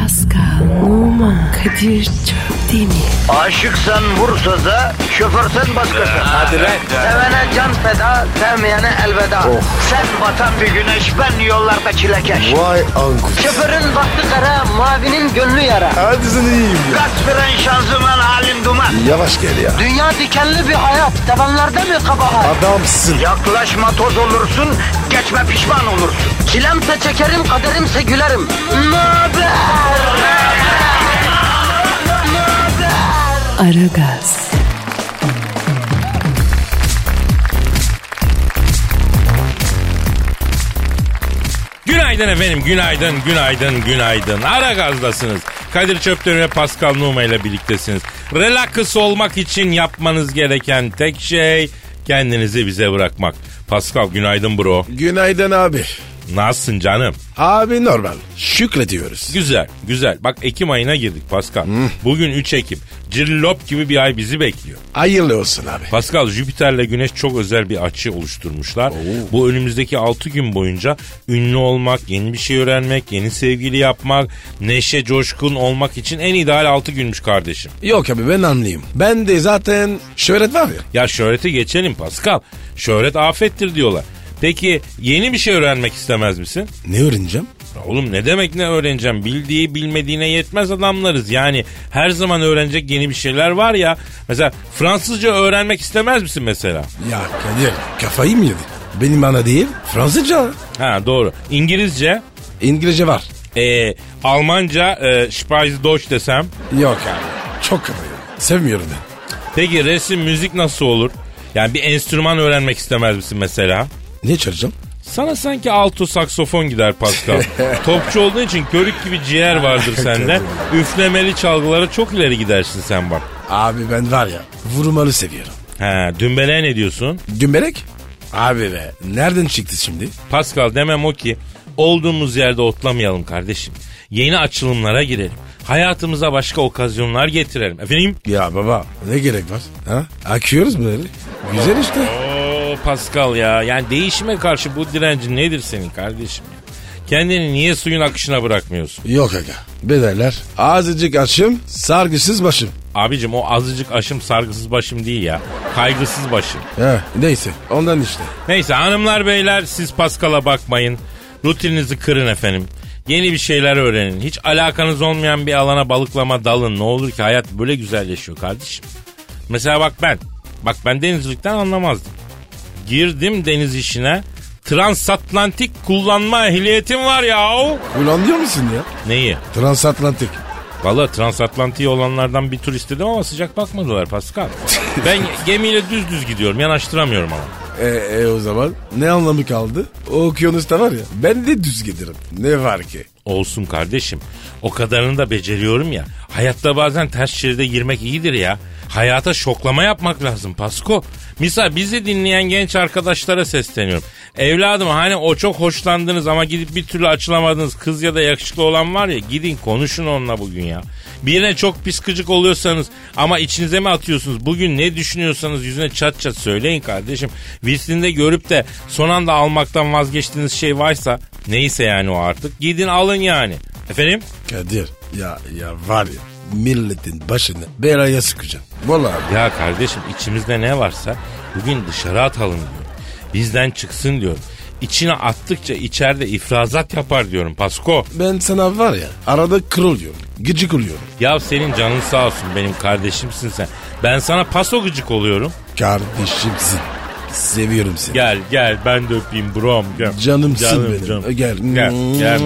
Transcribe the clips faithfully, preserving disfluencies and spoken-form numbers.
Pascal, Oman, Kadir çok değil mi? Aşıksan vursa da, şoförsen başkasın. Hadi lan. Sevene can feda, sevmeyene elveda. Oh. Sen batan bir güneş, ben yollarda çilekeş. Vay anku. Şoförün baktı kara, mavinin gönlü yara. Hadi sen iyiyim ya. Kasperen şanzıman halin duman. Yavaş gel ya. Dünya dikenli bir hayat, sevenlerde mi kabahar? Adamsın. Yaklaşma toz olursun, geçme pişman olursun. Çilemse çekerim, kaderimse gülerim. Möber! Aragaz. Günaydın efendim, günaydın, günaydın, günaydın. Aragaz'dasınız. Kadir Çöpten ve Pascal Numa ile birliktesiniz. Relax olmak için yapmanız gereken tek şey kendinizi bize bırakmak. Pascal günaydın bro. Günaydın abi. Nasılsın canım? Abi normal. Şükrediyoruz. Güzel, güzel. Bak Ekim ayına girdik Pascal. Hmm. Bugün üç Ekim. Cillop gibi bir ay bizi bekliyor. Hayırlı olsun abi. Pascal, Jüpiter'le Güneş çok özel bir açı oluşturmuşlar. Oo. Bu önümüzdeki altı gün boyunca ünlü olmak, yeni bir şey öğrenmek, yeni sevgili yapmak, neşe, coşkun olmak için en ideal altı günmüş kardeşim. Yok abi ben anlayayım. Ben de zaten şöhret var ya. Ya şöhreti geçelim Pascal. Şöhret afettir diyorlar. Peki yeni bir şey öğrenmek istemez misin? Ne öğreneceğim? Oğlum ne demek ne öğreneceğim? Bildiği bilmediğine yetmez adamlarız. Yani her zaman öğrenecek yeni bir şeyler var ya. Mesela Fransızca öğrenmek istemez misin mesela? Ya Kadir kafayı mı yedi? Benim ana değil Fransızca. Ha doğru. İngilizce? İngilizce var. Ee, Almanca e, Speise Deutsch desem? Yok abi çok kafayı. Sevmiyorum ben. Peki resim, müzik nasıl olur? Yani bir enstrüman öğrenmek istemez misin mesela? Ne çalacağım? Sana sanki alto saksofon gider Pascal. Topçu olduğun için körük gibi ciğer vardır sende. Üflemeli çalgılara çok ileri gidersin sen bak. Abi ben var ya vurmalı seviyorum. He, dümbeleğe ne diyorsun? Dümbelek? Abi be nereden çıktı şimdi? Pascal demem o ki olduğumuz yerde otlamayalım kardeşim. Yeni açılımlara girelim. Hayatımıza başka okazyonlar getirelim. Efendim? Ya baba ne gerek var? Ha? Akıyoruz böyle. Güzel işte. Oo Pascal ya. Yani değişime karşı bu direncin nedir senin kardeşim ya? Kendini niye suyun akışına bırakmıyorsun? Yok aga. Bedeller. Azıcık aşım, sargısız başım. Abicim o azıcık aşım sargısız başım değil ya. Kaygısız başım. He, neyse ondan işte. Neyse hanımlar beyler siz Pascal'a bakmayın. Rutininizi kırın efendim. Yeni bir şeyler öğrenin. Hiç alakanız olmayan bir alana balıklama dalın. Ne olur ki hayat böyle güzelleşiyor kardeşim. Mesela bak ben. Bak ben denizcilikten anlamazdım. Girdim deniz işine. Transatlantik kullanma ehliyetim var ya. Kullanıyor musun ya? Neyi? Transatlantik. Valla transatlantik olanlardan bir tur istedim ama sıcak bakmadılar Pascal. Ben gemiyle düz düz gidiyorum. Yanaştıramıyorum ama. E, e o zaman ne anlamı kaldı? O okyanusta var ya ben de düz giderim. Ne var ki? Olsun kardeşim. O kadarını da beceriyorum ya. Hayatta bazen ters şeride girmek iyidir ya. Hayata şoklama yapmak lazım Pasko. Misal bizi dinleyen genç arkadaşlara sesleniyorum. Evladım hani o çok hoşlandınız ama gidip bir türlü açılamadığınız kız ya da yakışıklı olan var ya, gidin konuşun onunla bugün ya. Birine çok pis gıcık oluyorsanız ama içinize mi atıyorsunuz? Bugün ne düşünüyorsanız yüzüne çat çat söyleyin kardeşim. Vitrinde görüp de son anda almaktan vazgeçtiğiniz şey varsa, neyse yani o artık, gidin alın yani. Efendim? Kadir ya ya var ya milletin başını belaya sıkacağım. Vallahi. Ya kardeşim içimizde ne varsa bugün dışarı atalım diyor. Bizden çıksın diyor. İçine attıkça içeride ifrazat yapar diyorum Pasko. Ben sana var ya arada kırılıyorum. Gıcık oluyorum. Ya senin canın sağ olsun, benim kardeşimsin sen. Ben sana paso gıcık oluyorum. Kardeşimsin. Seviyorum seni. Gel gel ben de öpeyim brom. Gel. Canımsın Canım, benim. canım. Gel. Gel. Gel.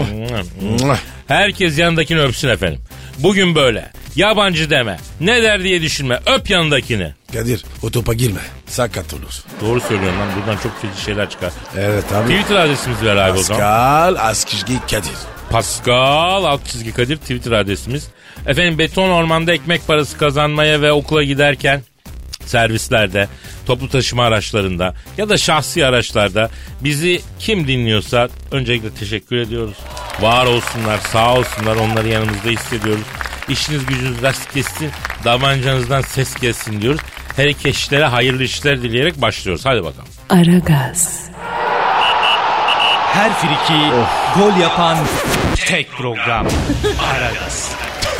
Herkes yanındakini öpsün efendim. Bugün böyle. Yabancı deme. Ne der diye düşünme. Öp yanındakini. Kadir o topa girme. Sakat olur. Doğru söylüyorsun lan. Buradan çok feci şeyler çıkar. Evet abi. Twitter adresimizi ver abi o zaman. Pascal Askizgi Kadir. Pascal alt çizgi Kadir Twitter adresimiz. Efendim beton ormanda ekmek parası kazanmaya ve okula giderken servislerde, toplu taşıma araçlarında ya da şahsi araçlarda bizi kim dinliyorsa öncelikle teşekkür ediyoruz. Var olsunlar, sağ olsunlar, onları yanımızda hissediyoruz. İşiniz gücünüz rast kessin, davancanızdan ses gelsin diyoruz. Her iki eşlere hayırlı işler dileyerek başlıyoruz. Hadi bakalım. Aragaz. Her friki gol yapan tek program. Aragaz.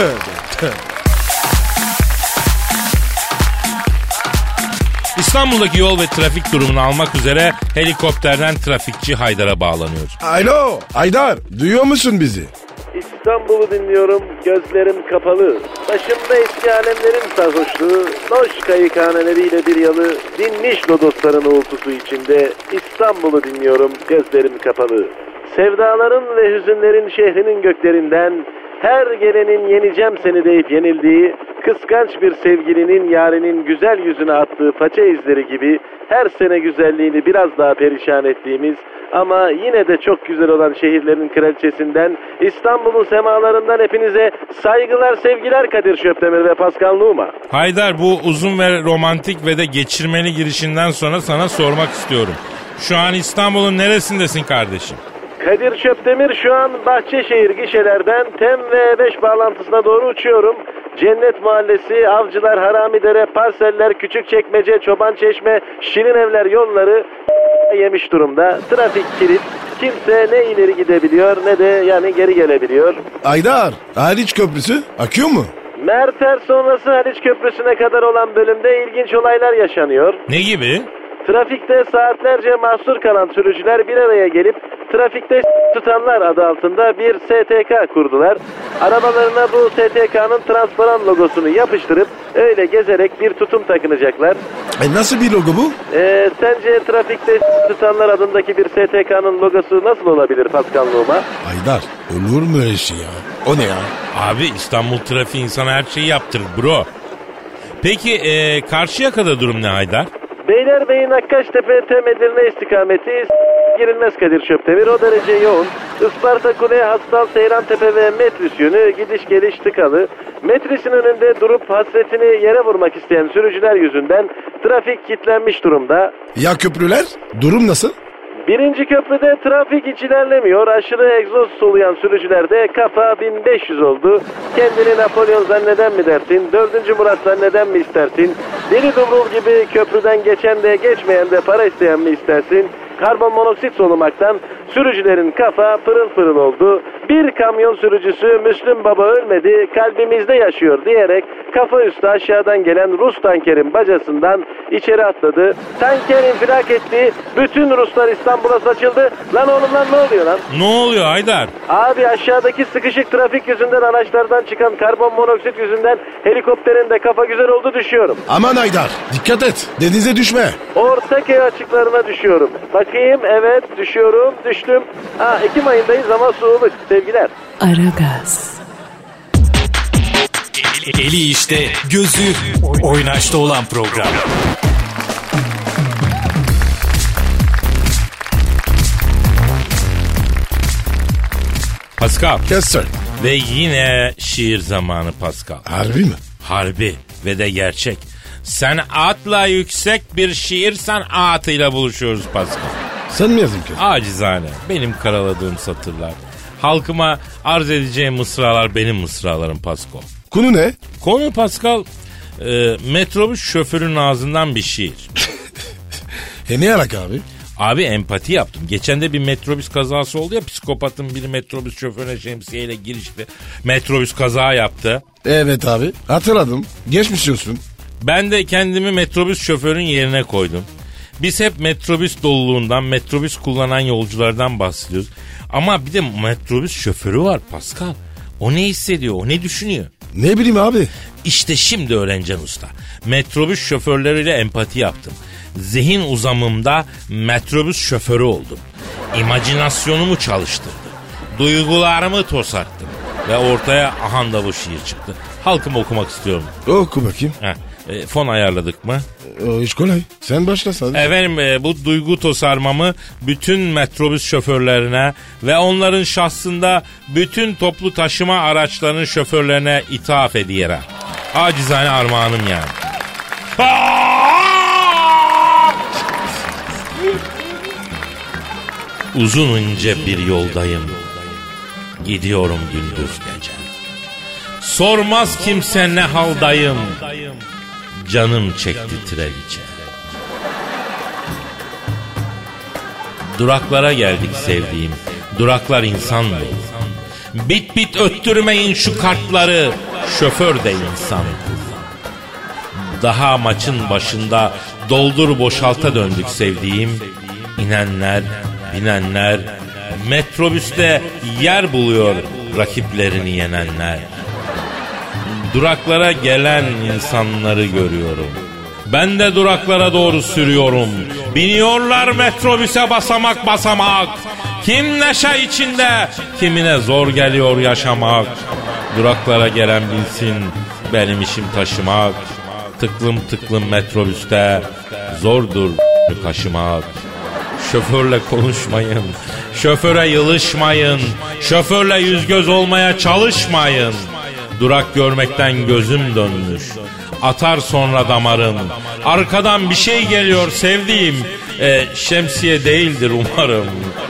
İstanbul'daki yol ve trafik durumunu almak üzere helikopterden trafikçi Haydar'a bağlanıyoruz. Alo Haydar, duyuyor musun bizi? İstanbul'u dinliyorum, gözlerim kapalı. Başımda eski alemlerin sarhoşluğu, loş kayıkhaneleriyle bir yalı, dinmiş lodosların uğultusu içinde İstanbul'u dinliyorum, gözlerim kapalı. Sevdaların ve hüzünlerin şehrinin göklerinden, her gelenin yeneceğim seni deyip yenildiği, kıskanç bir sevgilinin yarinin güzel yüzüne attığı paça izleri gibi her sene güzelliğini biraz daha perişan ettiğimiz ama yine de çok güzel olan şehirlerin kraliçesinden, İstanbul'un semalarından hepinize saygılar, sevgiler Kadir Şöpdemir ve Pascal Numa. Haydar, bu uzun ve romantik ve de geçirmeli girişinden sonra sana sormak istiyorum. Şu an İstanbul'un neresindesin kardeşim? Kadir Şöpdemir, şu an Bahçeşehir gişelerden Tem ve E beş bağlantısına doğru uçuyorum. Cennet Mahallesi, Avcılar, Haramidere, Parseller, Küçükçekmece, Çobançeşme, Şirinevler yolları yemiş durumda. Trafik kilit. Kimse ne ileri gidebiliyor ne de yani geri gelebiliyor. Haydar, Haliç Köprüsü akıyor mu? Merter sonrası Haliç Köprüsü'ne kadar olan bölümde ilginç olaylar yaşanıyor. Ne gibi? Trafikte saatlerce mahsur kalan sürücüler bir araya gelip trafikte tutanlar adı altında bir S T K kurdular. Arabalarına bu S T K'nın transparan logosunu yapıştırıp öyle gezerek bir tutum takınacaklar. E nasıl bir logo bu? Ee, sence trafikte tutanlar adındaki bir S T K'nın logosu nasıl olabilir Pascal Numa? Haydar, olur mu öyle şey ya? O ne ya? Abi İstanbul trafiği insana her şeyi yaptırır bro. Peki ee, Karşıyaka'da durum ne Haydar? Beylerbeyi, Nakkaştepe, Tem, Edirne istikameti girilmez Kadir Şöpdemir, o derece yoğun. Isparta, Kule, Hastal, Seyrantepe ve Metris yönü gidiş geliş tıkalı. Metris'in önünde durup hasretini yere vurmak isteyen sürücüler yüzünden trafik kilitlenmiş durumda. Ya köprüler? Durum nasıl? Birinci köprüde trafik hiç ilerlemiyor. Aşırı egzoz soluyan sürücülerde kafa bin beş yüz oldu. Kendini Napolyon zanneden mi dersin? Dördüncü Murat zanneden mi istersin? Deli Dumrul gibi köprüden geçen de geçmeyen de para isteyen mi istersin? Karbon monoksit solumaktan sürücülerin kafa pırıl pırıl oldu. Bir kamyon sürücüsü Müslüm Baba ölmedi, kalbimizde yaşıyor diyerek kafa üstü aşağıdan gelen Rus tankerin bacasından içeri atladı. Tanker infilak etti. Bütün Ruslar İstanbul'a saçıldı. Lan oğlum lan ne oluyor lan? Ne oluyor Haydar? Abi aşağıdaki sıkışık trafik yüzünden, araçlardan çıkan karbon monoksit yüzünden helikopterin de kafa güzel oldu, düşüyorum. Aman Haydar, dikkat et, denize düşme. Ortaköy açıklarına düşüyorum. Bakayım, evet düşüyorum, düştüm. Ha, Ekim ayındayız ama soğuk. Sevgiler. Aragaz. Eli işte, gözü oynaşta olan program. Pascal. Yes sir. Ve yine şiir zamanı Pascal. Harbi mi? Harbi ve de gerçek. Sen atla yüksek bir şiir sanatıyla buluşuyoruz Pascal. Sen mi yazdın ki? Acizane benim karaladığım satırlar. Halkıma arz edeceğim mısralar benim mısralarım Pascal. Konu ne? Konu Pascal e, metrobüs şoförünün ağzından bir şiir. E ne alaka abi? Abi empati yaptım. Geçen de bir metrobüs kazası oldu ya, psikopatın biri metrobüs şoförüne şemsiyeyle girişti. Metrobüs kaza yaptı. Evet abi, hatırladım. Geçmiş olsun. Ben de kendimi metrobüs şoförün yerine koydum. Biz hep metrobüs doluluğundan, metrobüs kullanan yolculardan bahsediyoruz. Ama bir de metrobüs şoförü var Pascal. O ne hissediyor, o ne düşünüyor? Ne bileyim abi. İşte şimdi öğreneceksin usta. Metrobüs şoförleriyle empati yaptım. Zihin uzamımda metrobüs şoförü oldum. İmajinasyonumu çalıştırdım. Duygularımı tosarttım. Ve ortaya ahanda bu şiir çıktı. Halkıma okumak istiyorum. Oku bakayım. Heh, e, fon ayarladık mı? O iş kolay. Sen başla sadece. Efendim e, bu duygu tosarmamı bütün metrobüs şoförlerine ve onların şahsında bütün toplu taşıma araçlarının şoförlerine ithaf ediyerek. Acizane armağanım yani. Uzun ince bir yoldayım. Gidiyorum gündüz gece. Sormaz kimse ne haldayım. Canım çekti treliçe. Duraklara geldik sevdiğim. Duraklar insan değil. Bit bit öttürmeyin şu kartları. Şoför de insan. Daha maçın başında doldur boşalta döndük sevdiğim. İnenler, binenler, metrobüste yer buluyor rakiplerini yenenler. Duraklara gelen insanları görüyorum. Ben de duraklara doğru sürüyorum. Biniyorlar metrobüse basamak basamak. Kim neşe içinde, kimine zor geliyor yaşamak. Duraklara gelen bilsin benim işim taşımak. Tıklım tıklım metrobüste zordur taşımak. Şoförle konuşmayın, şoföre yılışmayın, şoförle yüz göz olmaya çalışmayın. Durak görmekten gözüm dönmüş, atar sonra damarım. Arkadan bir şey geliyor sevdiğim, e, şemsiye değildir umarım.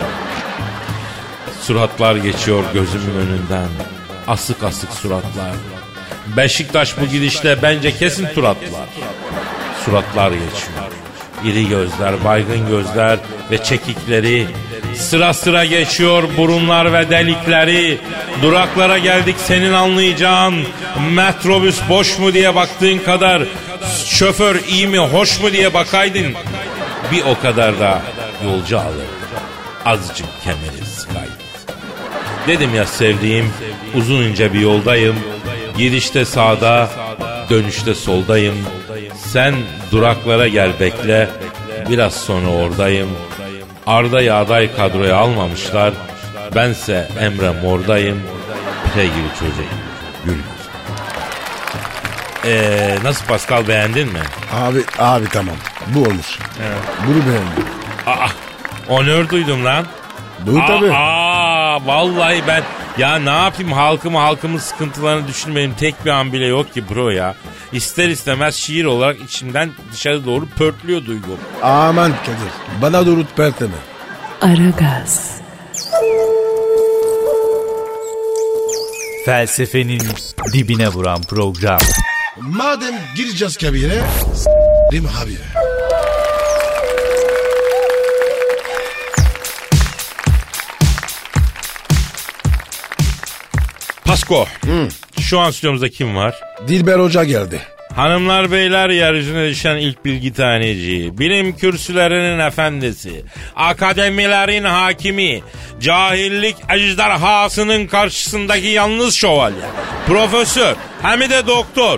Suratlar geçiyor gözümün önünden, asık asık suratlar. Beşiktaş bu gidişte bence kesin tur atlar. Suratlar geçiyor. İri gözler, baygın gözler ve çekikleri. Sıra sıra geçiyor burunlar ve delikleri. Duraklara geldik senin anlayacağın. Metrobüs boş mu diye baktığın kadar şoför iyi mi hoş mu diye bakaydın. Bir o kadar da yolcu alır. Azıcık kemeri sıkaydın. Dedim ya sevdiğim, uzun ince bir yoldayım. Gidişte sağda, dönüşte soldayım. Sen duraklara gel bekle, biraz sonra oradayım. Arda'yı aday kadroya almamışlar. Bense Emre Mor'dayım. Şey gibi çocuk. Gül. Ee, nasıl Pascal, beğendin mi? Abi abi tamam. Bu olmuş. Evet. Bunu beğendim. Aa, onur duydum lan. Bu tabii. Aa, vallahi ben ya ne yapayım, halkımı halkımın sıkıntılarını düşünmeyin tek bir an bile yok ki bro ya. İster istemez şiir olarak içimden dışarı doğru pörtlüyor duygum. Aman Kadir, bana doğru pörtleme. Aragaz. Felsefenin dibine vuran program. Madem gireceğiz kabire, s***rim abi. Pasko, hmm. Şu an stüdyomuzda kim var? Dilber Hoca geldi. Hanımlar beyler, yeryüzüne düşen ilk bilgi taneci, bilim kürsülerinin efendisi, akademilerin hakimi, cahillik ejderhasının karşısındaki yalnız şövalye, profesör hem de doktor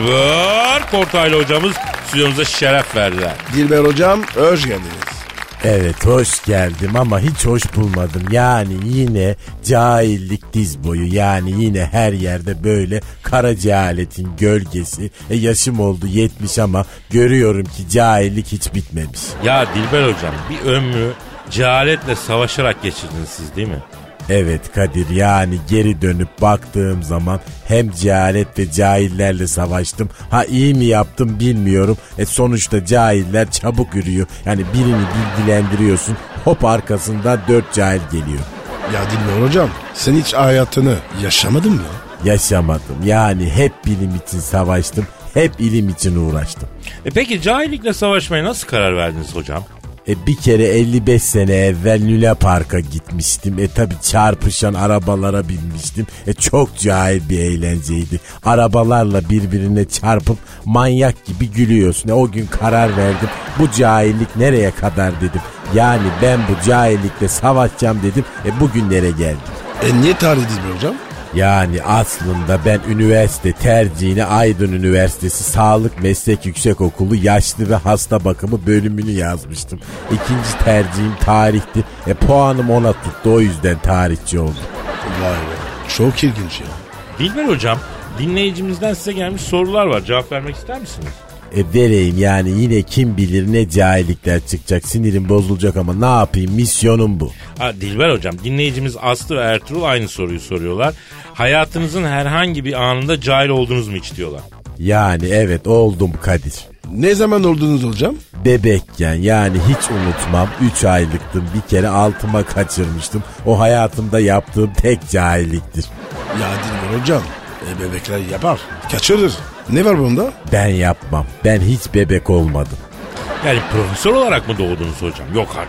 Dilber Kortaylı hocamız stüdyomuza şeref verdiler. Dilber hocam, hoş geldiniz. Evet, hoş geldim ama hiç hoş bulmadım. Yani yine cahillik diz boyu, yani yine her yerde böyle kara cehaletin gölgesi. E yaşım oldu yetmiş ama görüyorum ki cahillik hiç bitmemiş. Ya Dilber hocam, bir ömrü cehaletle savaşarak geçirdiniz siz değil mi? Evet Kadir, yani geri dönüp baktığım zaman hem cehalet ve cahillerle savaştım. Ha iyi mi yaptım bilmiyorum. E sonuçta cahiller çabuk yürüyor. Yani birini bilgilendiriyorsun, hop arkasından dört cahil geliyor. Ya Dilber hocam, sen hiç hayatını yaşamadın mı? Yaşamadım. Yani hep bilim için savaştım, hep ilim için uğraştım. E peki cahillikle savaşmaya nasıl karar verdiniz hocam? E bir kere elli beş sene evvel Luna Park'a gitmiştim. E tabi çarpışan arabalara binmiştim. E çok cahil bir eğlenceydi. Arabalarla birbirine çarpıp manyak gibi gülüyorsun. E o gün karar verdim. Bu cahillik nereye kadar dedim. Yani ben bu cahillikle savaşacağım dedim. E bugünlere geldik. E niye tarih Dilber hocam? Yani aslında ben üniversite tercihine Aydın Üniversitesi Sağlık Meslek Yüksekokulu Yaşlı ve Hasta Bakımı bölümünü yazmıştım. İkinci tercihim tarihti. E puanım ona tuttu, o yüzden tarihçi oldum. Vay be, çok ilginç ya. Dilber hocam, dinleyicimizden size gelmiş sorular var. Cevap vermek ister misiniz? E vereyim, yani yine kim bilir ne cahillikler çıkacak, sinirim bozulacak ama ne yapayım, misyonum bu. Ha, Dilber hocam, dinleyicimiz Aslı ve Ertuğrul aynı soruyu soruyorlar. Hayatınızın herhangi bir anında cahil oldunuz mu hiç diyorlar. Yani evet, oldum Kadir. Ne zaman oldunuz hocam? Bebekken, yani hiç unutmam, üç aylıktım, bir kere altıma kaçırmıştım. O hayatımda yaptığım tek cahilliktir. Ya Dilber hocam, e bebekler yapar, kaçırır. Ne var bunda? Ben yapmam. Ben hiç bebek olmadım. Yani profesör olarak mı doğdunuz hocam? Yok artık.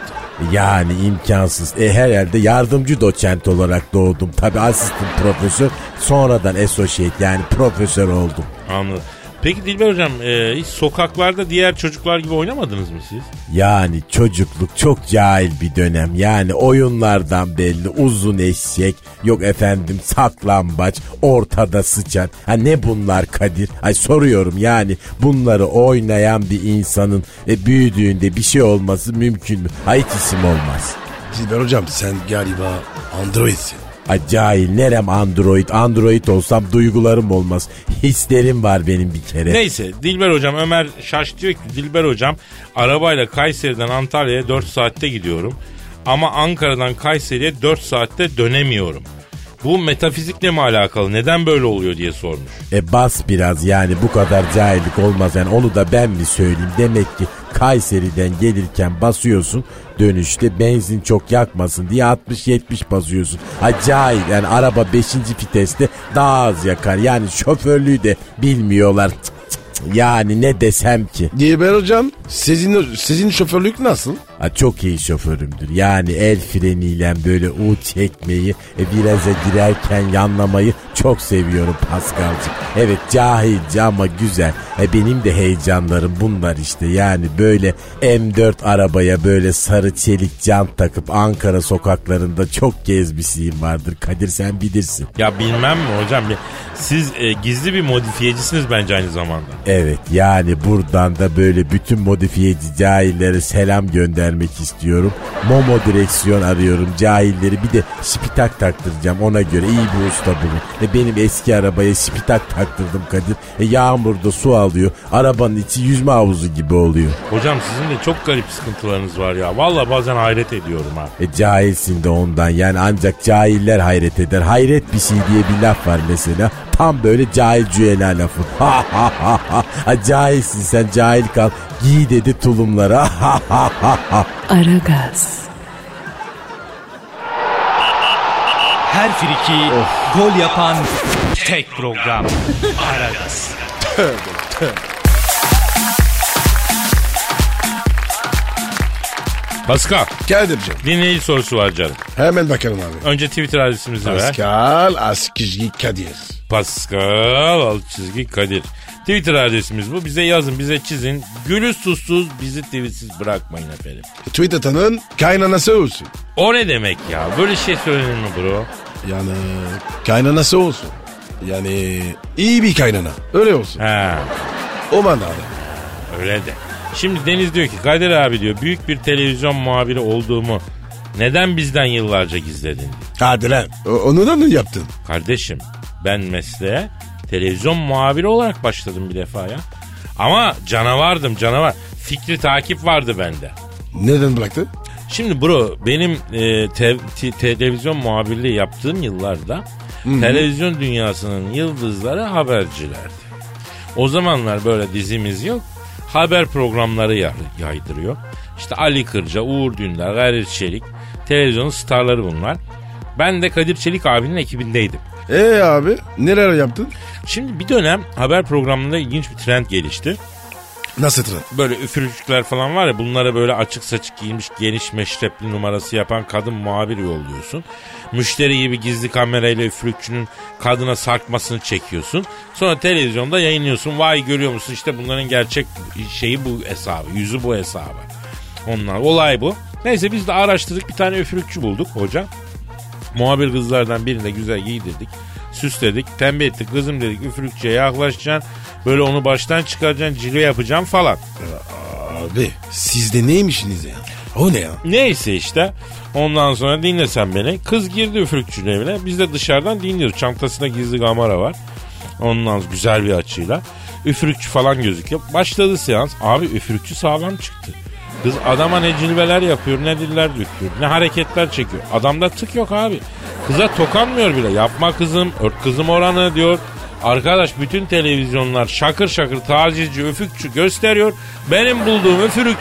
Yani imkansız. E herhalde yardımcı doçent olarak doğdum. Tabii asistan profesör, sonradan associate yani profesör oldum. Anladım. Peki Dilber hocam e, hiç sokaklarda diğer çocuklar gibi oynamadınız mı siz? Yani çocukluk çok cahil bir dönem. Yani oyunlardan belli, uzun eşek, yok efendim saklambaç, ortada sıçan. Ha ne bunlar Kadir? Ay soruyorum yani bunları oynayan bir insanın e, büyüdüğünde bir şey olması mümkün mü? Ha hiç isim olmaz. Dilber hocam sen galiba androidsin. Ay cahil nerem android, android olsam duygularım olmaz. Hislerim var benim bir kere. Neyse Dilber hocam Ömer Şaş diyor ki Dilber hocam arabayla Kayseri'den Antalya'ya dört saatte gidiyorum. Ama Ankara'dan Kayseri'ye dört saatte dönemiyorum. Bu metafizikle mi alakalı? Neden böyle oluyor diye sormuş. E bas biraz yani bu kadar cahillik olmaz yani onu da ben mi söyleyeyim? Demek ki Kayseri'den gelirken basıyorsun dönüşte benzin çok yakmasın diye altmış yetmiş basıyorsun. Ha cahil yani araba beşinci viteste daha az yakar yani şoförlüğü de bilmiyorlar. Cık cık cık. Yani ne desem ki. Dilber hocam sizin, sizin şoförlük nasıl? Ha, çok iyi şoförümdür. Yani el freniyle böyle U çekmeyi, e, viraja girerken yanlamayı çok seviyorum Paskal'cığım. Evet cahilce ama güzel. E, benim de heyecanlarım bunlar işte. Yani böyle M dört arabaya böyle sarı çelik jant takıp Ankara sokaklarında çok gezmişliğim vardır. Kadir sen bilirsin. Ya bilmem mi hocam? Siz e, gizli bir modifiyecisiniz bence aynı zamanda. Evet yani buradan da böyle bütün modifiyeci cahillere selam gönder istiyorum. Momo direksiyon arıyorum cahilleri bir de şipitak taktıracağım ona göre iyi bir usta bulun. E benim eski arabaya şipitak taktırdım Kadir. E yağmurda su alıyor. Arabanın içi yüzme havuzu gibi oluyor. Hocam sizin de çok garip sıkıntılarınız var ya. Vallahi bazen hayret ediyorum ha. E cahilsin de ondan yani ancak cahiller hayret eder. Hayret bir şey diye bir laf var mesela. Tam böyle cahil cüela lafı. Ha ha ha ha. Ha cahilsin sen cahil kal. Giy dedi tulumlara. Ha ha ha ha. Aragaz. Her friki gol yapan tek program. Aragaz. Pascal. Kadir'cim. Dinleyici sorusu var canım. Hemen bakalım abi. Önce Twitter adresimizi ver. Pascal Askizgi Kadir. Pascal alt çizgi Kadir. Twitter adresimiz bu. Bize yazın, bize çizin. Gülü susuz, bizi tweetsiz bırakmayın efendim. Twitter'ın kaynanası olsun. O ne demek ya? Böyle şey söylenir mi bro? Yani kaynanası olsun. Yani iyi bir kaynana. Öyle olsun. He. O manada. Öyle de. Şimdi Deniz diyor ki Kadir abi diyor büyük bir televizyon muhabiri olduğumu neden bizden yıllarca gizledin? Hadi lan. O, onu da mı yaptın? Kardeşim ben mesleğe televizyon muhabiri olarak başladım bir defa ya. Ama canavardım canavar. Fikri takip vardı bende. Neden bıraktın? Şimdi bro benim e, te, te, televizyon muhabirliği yaptığım yıllarda Hı-hı. televizyon dünyasının yıldızları habercilerdi. O zamanlar böyle dizimiz yok. Haber programları yaydırıyor. İşte Ali Kırca, Uğur Dündar, Kadir Çelik. Televizyonun starları bunlar. Ben de Kadir Çelik abinin ekibindeydim. Eee abi neler yaptın? Şimdi bir dönem haber programında ilginç bir trend gelişti. Nasıl trend? Böyle üfürükçükler falan var ya bunlara böyle açık saçık giymiş geniş meşrepli numarası yapan kadın muhabir yolluyorsun. Müşteri gibi gizli kamerayla üfürükçünün kadına sarkmasını çekiyorsun. Sonra televizyonda yayınlıyorsun. Vay görüyor musun işte bunların gerçek şeyi bu hesabı. Yüzü bu hesabı. Onlar olay bu. Neyse biz de araştırdık bir tane üfürükçü bulduk hocam. Muhabir kızlardan birini de güzel giydirdik. Süsledik, tembih ettik. Kızım dedik üfürükçüye yaklaşacaksın. Böyle onu baştan çıkaracaksın, cilve yapacaksın falan. Abi sizde neymişsiniz ya? O ne ya? Neyse işte. Ondan sonra dinle sen beni. Kız girdi üfürükçünün evine. Biz de dışarıdan dinliyoruz. Çantasında gizli kamera var. Ondan sonra güzel bir açıyla. Üfürükçü falan gözüküyor. Başladı seans. Abi üfürükçü sağlam çıktı. Kız adama ne cilveler yapıyor, ne diller döküyor, ne hareketler çekiyor. Adamda tık yok abi. Kıza tokanmıyor bile. Yapma kızım, ört kızım oranı diyor. Arkadaş bütün televizyonlar şakır şakır tacizci, üfürükçü gösteriyor. Benim bulduğum üfürükçünün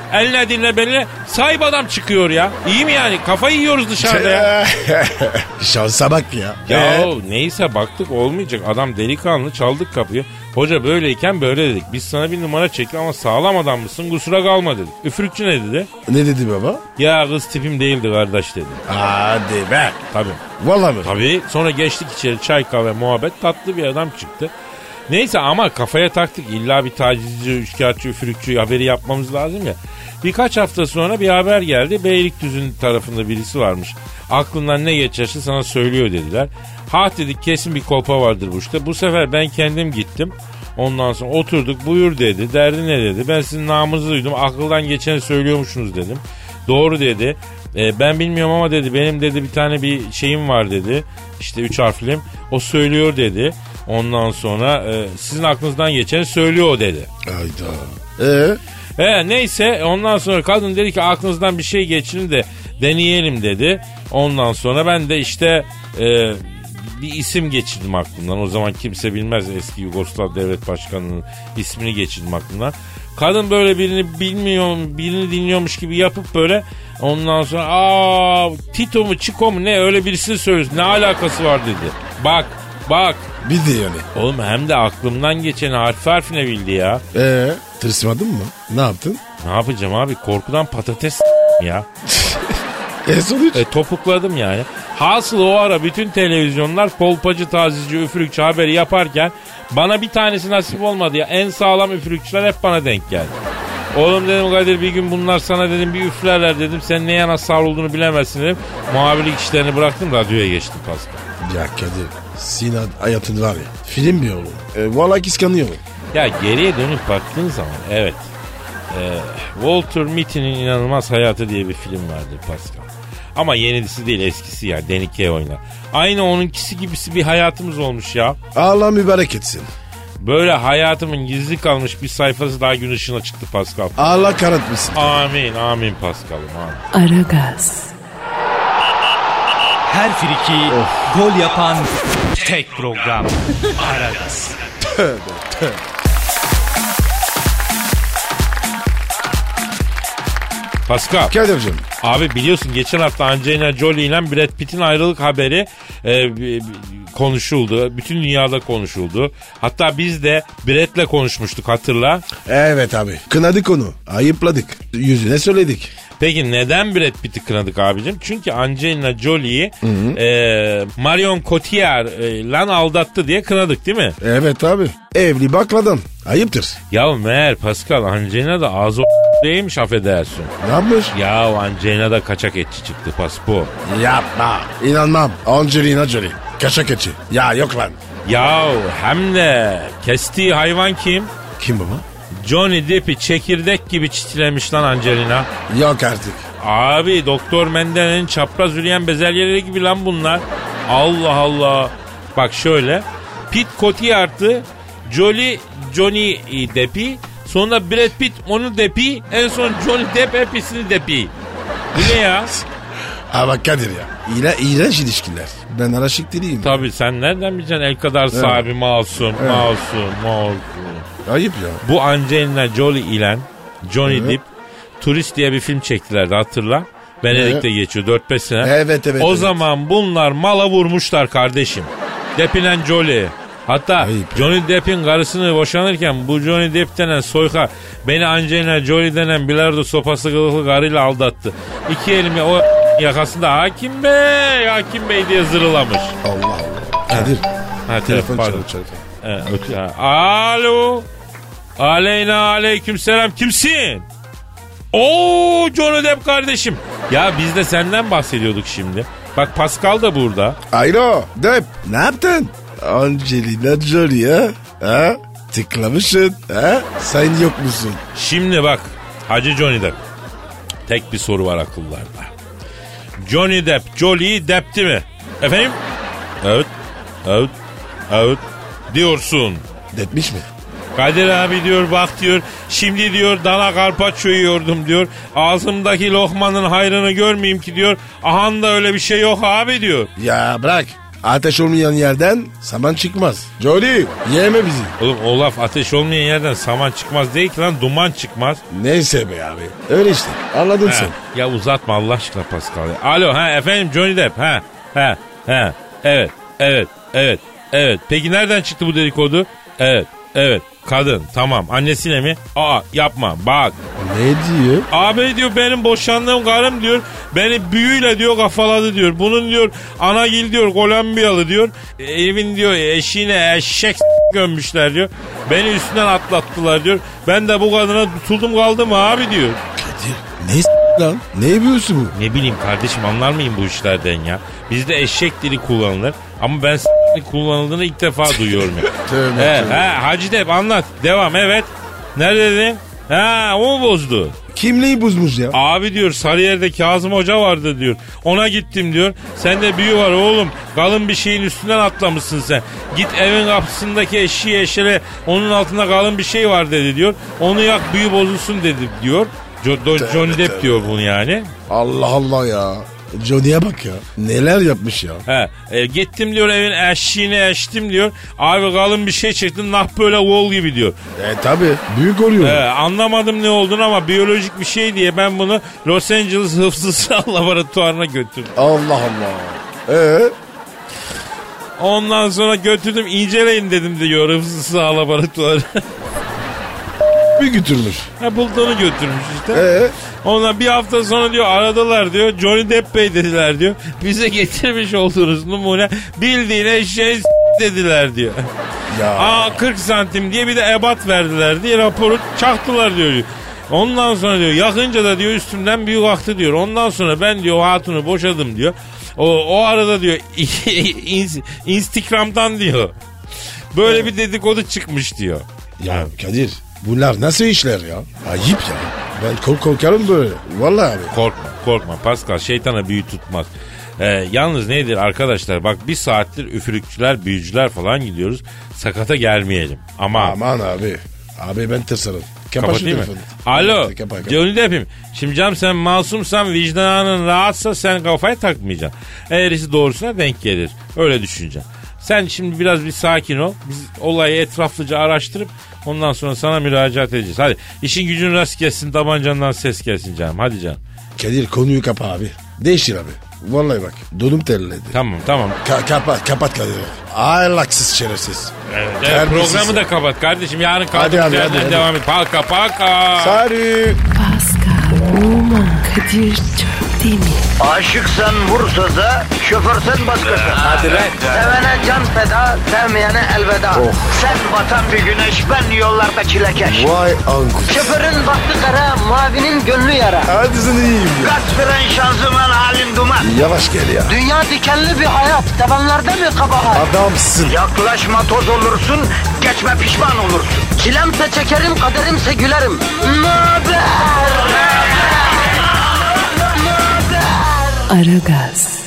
Eline dinle beline sahip adam çıkıyor ya. İyi mi yani? Kafayı yiyoruz dışarıda ya. Şansa bak ya. Ya Ee? neyse baktık olmayacak. Adam delikanlı, çaldık kapıyı. Hoca böyleyken böyle dedik. Biz sana bir numara çektik ama sağlam adam mısın, kusura kalma dedik. Üfürükçü ne dedi? Ne dedi baba? Ya kız tipim değildi kardeş dedi. Hadi be. Tabii. Vallahi mi? Tabii. Sonra geçtik içeri, çay kahve muhabbet, tatlı bir adam çıktı. Neyse ama kafaya taktık. İlla bir tacizci, üçkağıtçı, üfürükçü haberi yapmamız lazım ya. Birkaç hafta sonra bir haber geldi. Beylikdüzü tarafında birisi varmış. Aklından ne geçerse sana söylüyor dediler. Ha dedik, kesin bir kolpa vardır bu işte. Bu sefer ben kendim gittim. Ondan sonra oturduk, buyur dedi. Derdi ne dedi? Ben sizin namınızı duydum. Akıldan geçeni söylüyormuşsunuz dedim. Doğru dedi. E, ben bilmiyorum ama dedi, benim dedi bir tane bir şeyim var dedi. İşte üç harflim. O söylüyor dedi. Ondan sonra e, sizin aklınızdan geçeni söylüyor o dedi. Hayda. Eee? E, neyse ondan sonra kadın dedi ki aklınızdan bir şey geçirin de deneyelim dedi. Ondan sonra ben de işte e, bir isim geçirdim aklımdan. O zaman kimse bilmez, eski Yugoslav devlet başkanının ismini geçirdim aklımdan. Kadın böyle birini bilmiyor, birini dinliyormuş gibi yapıp böyle ondan sonra aa Tito mu Chico mu ne öyle birisini söylüyorsun. Ne alakası var dedi. Bak bak. Bildi yani. Oğlum hem de aklımdan geçen harf harfine bildi ya. Eee? Tırsmadın mı? Ne yaptın? Ne yapacağım abi, korkudan patates ya. E sonuç? E, topukladım yani. Hasıl o ara bütün televizyonlar kolpacı, tazizci, üfürükçü haberi yaparken bana bir tanesi nasip olmadı ya. En sağlam üfürükçüler hep bana denk geldi. Oğlum dedim Kadir, bir gün bunlar sana dedim bir üflerler dedim. Sen ne yana savrulduğunu bilemezsin dedim. Muhabirlik işlerini bıraktım, radyoya geçtim Pascal. Ya Kadir, Sinan hayatın var ya. Film bir oğlum. E, vallahi kıskanıyorum. Ya geriye dönüp baktığın zaman evet. E, Walter Mitty'nin İnanılmaz Hayatı diye bir film vardı Pascal. Ama yenisi değil, eskisi ya. Denike oynar. Aynı onunkisi gibisi bir hayatımız olmuş ya. Allah mübarek etsin. Böyle hayatımın gizli kalmış bir sayfası daha gün ışığına çıktı Pascal. Allah kahretmesin. Amin, amin Pascal'ım, amin. Aragaz, Her friki gol yapan tek program. Aragaz. Pascal. Kadir'cim. Abi biliyorsun geçen hafta Angelina Jolie ile Brad Pitt'in ayrılık haberi e, konuşuldu. Bütün dünyada konuşuldu. Hatta biz de Brad'le konuşmuştuk, hatırla. Evet abi. Kınadık onu. Ayıpladık. Yüzüne söyledik. Peki neden Brad Pitt'i kınadık abicim? Çünkü Angelina Jolie'yi e, Marion Cotillard e, lan aldattı diye kınadık değil mi? Evet abi. Evli bakladan. Ayıptır. Ya meğer Pascal Angelina da ağzı o değilmiş, affedersin. Ne yapmış? Ya Angelina da kaçak etçi çıktı Paspo. Yapma. İnanmam. Angelina Jolie. Kaçak etçi. Ya yok lan. Ya hem de kestiği hayvan kim? Kim baba? Johnny Depp'i çekirdek gibi çitilemiş lan Angelina. Yok artık. Abi Doktor Menderes'in çapraz üreyen bezelyeleri gibi lan bunlar. Allah Allah. Bak şöyle. Pitt Cotillard'ı, Jolie Johnny Depp'i, sonra Brad Pitt onu Depp'i, en son Johnny Depp hepsini Depp'i. Bu ne ya? Ama Kadir ya. İğre, iğrenç ilişkiler. Ben aşık değilim. Tabii sen nereden bileceksin el kadar sahibi masum, Evet. masum, masum. Ayıp ya. Bu Angelina Jolie ile Johnny Evet. Depp Turist diye bir film çektilerdi, hatırla. Venedik'te Evet. geçiyor dört beş sene. Evet evet. O evet. zaman bunlar mala vurmuşlar kardeşim. Depp ile Jolie. Hatta Ayıp. Johnny Depp'in karısını boşanırken bu Johnny Depp denen soyka beni Angelina Jolie denen bilardo sopası kılıklı karıyla aldattı. İki elimi o yakasında hakim bey, hakim bey diye zırılamış. Allah Allah. Kadir. Ha, Telefon pardon. çalıyor çalıyor. Evet, ötü- ha. Alo. Aleyna aleyküm selam. Kimsin? Oo Johnny Depp kardeşim. Ya biz de senden bahsediyorduk şimdi. Bak Pascal da burada. Ayro. Dep. Ne yaptın? Angelina Jolie ha? Ha? Tıklamışsın. Ha? Sen yok musun? Şimdi bak Hacı Johnny Depp. Tek bir soru var akıllarda. Johnny Depp Jolie'yi Depp'ti mi? Efendim? Evet. Evet. Evet. Diyorsun. Depmiş mi? Kadir abi diyor bak diyor, şimdi diyor dana karpaccio yiyordum diyor. Ağzımdaki lokmanın hayrını görmeyeyim ki diyor. Ahan da öyle bir şey yok abi diyor. Ya bırak. Ateş olmayan yerden saman çıkmaz. Johnny yeme bizi. Oğlum o laf ateş olmayan yerden saman çıkmaz değil ki lan, duman çıkmaz. Neyse be abi. Öyle işte. Anladın Ha, sen. ya uzatma Allah aşkına Pascal ya. Alo ha efendim Johnny Depp ha ha ha evet evet evet evet. Peki nereden çıktı bu dedikodu? Evet evet kadın tamam, annesiyle mi? Aa yapma bak. Ne diyor? Abi diyor benim boşandığım karım diyor beni büyüyle diyor kafaladı diyor. Bunun diyor anagil diyor Kolombiyalı diyor. Evin diyor eşiğine eşek gömmüşler diyor. Beni üstünden atlattılar diyor. Ben de bu kadına tutuldum kaldım abi diyor. Kadir ne s- lan? Ne yapıyorsun bu? Ne bileyim kardeşim, anlar mıyım bu işlerden ya? Bizde eşek dili kullanılır ama ben s- kullanıldığını ilk defa duyuyorum ya. Tövbe He, tövbe. he, Hacı Depp anlat. Devam evet. Nerede dedin? Ha o mu bozdu? Kimliği bozmuş ya. Abi diyor Sarıyer'de Kazım Hoca vardı diyor. Ona gittim diyor. Sende büyü var oğlum. Kalın bir şeyin üstünden atlamışsın sen. Git evin kapısındaki eşiği eşele, onun altında kalın bir şey var dedi diyor. Onu yak büyü bozulsun dedi diyor. Jo- Do- Johnny Depp diyor bunu yani. Allah Allah ya. Johnny'ye bak ya. Neler yapmış ya. He, e, gittim diyor evin eşiğine eştim diyor. Abi kalın bir şey çıktı nah böyle wall gibi diyor. E tabi. Büyük oluyor. He, anlamadım ne olduğunu ama biyolojik bir şey diye ben bunu Los Angeles Hıfzı Laboratuvarına götürdüm. Allah Allah. Eee? Ondan sonra götürdüm inceleyin dedim diyor Hıfzı Laboratuvarı. Bir götürmüş. Ha bulduğunu götürmüş işte. Eee? Ondan bir hafta sonra diyor aradılar diyor. Johnny Depp Bey dediler diyor. Bize getirmiş olduğunuz numune bildiğin eşeği s- dediler diyor. Ya. Aa kırk santim diye bir de ebat verdiler diye raporu çaktılar diyor. Ondan sonra diyor yakınca da diyor üstümden büyük aktı diyor. Ondan sonra ben diyor o hatunu boşadım diyor. O, o arada diyor Instagram'dan diyor. Böyle bir dedikodu çıkmış diyor. Ya Kadir bunlar nasıl işler ya? Ayıp ya. Ben kork korkarım böyle. Vallahi abi. Korkma korkma Pascal, şeytana büyü tutmaz. Ee, yalnız nedir arkadaşlar, bak bir saattir üfürükçüler büyücüler falan gidiyoruz, sakata gelmeyelim. Ama Aman abi. Abi ben tırsarım. kapatayım mı? Alo Johnny Depp'im. Şimdi canım sen masumsan, vicdanın rahatsa sen kafayı takmayacaksın. Eğrisi doğrusuna denk gelir. Öyle düşüneceksin. Sen şimdi biraz bir sakin ol. Biz olayı etraflıca araştırıp ondan sonra sana müracaat edeceğiz. Hadi işin gücün rast gelsin, tabancandan ses gelsin canım. Hadi canım. Kadir konuyu kapa abi. Değiştir abi. Vallahi bak. Donum terledi. Tamam tamam. Ka- kapat kapat Kadir. Ahlaksız şerefsiz. Evet, Terbiyesiz. programı da kapat kardeşim. Yarın Hadi, kaldığımız hadi, yerden hadi, hadi. devam et. Paka paka. Sarı. Pascal, Oman, Kadir çok değil mi? Aşıksan vursa da, şoförsen başkasın. Hadi lan. Sevene can feda, sevmeyene elveda. Sen batan bir güneş, ben yollarda çilekeş. Vay anku. Şoförün baktı kara, mavinin gönlü yara. Hadi sen iyiyim ya. Kasperen şanzıman halin duman. Yavaş gel ya. Dünya dikenli bir hayat, sevenlerde mi kabahar? Adamsın. Yaklaşma toz olursun, geçme pişman olursun. Çilemse çekerim, kaderimse gülerim. Möber! Aragaz.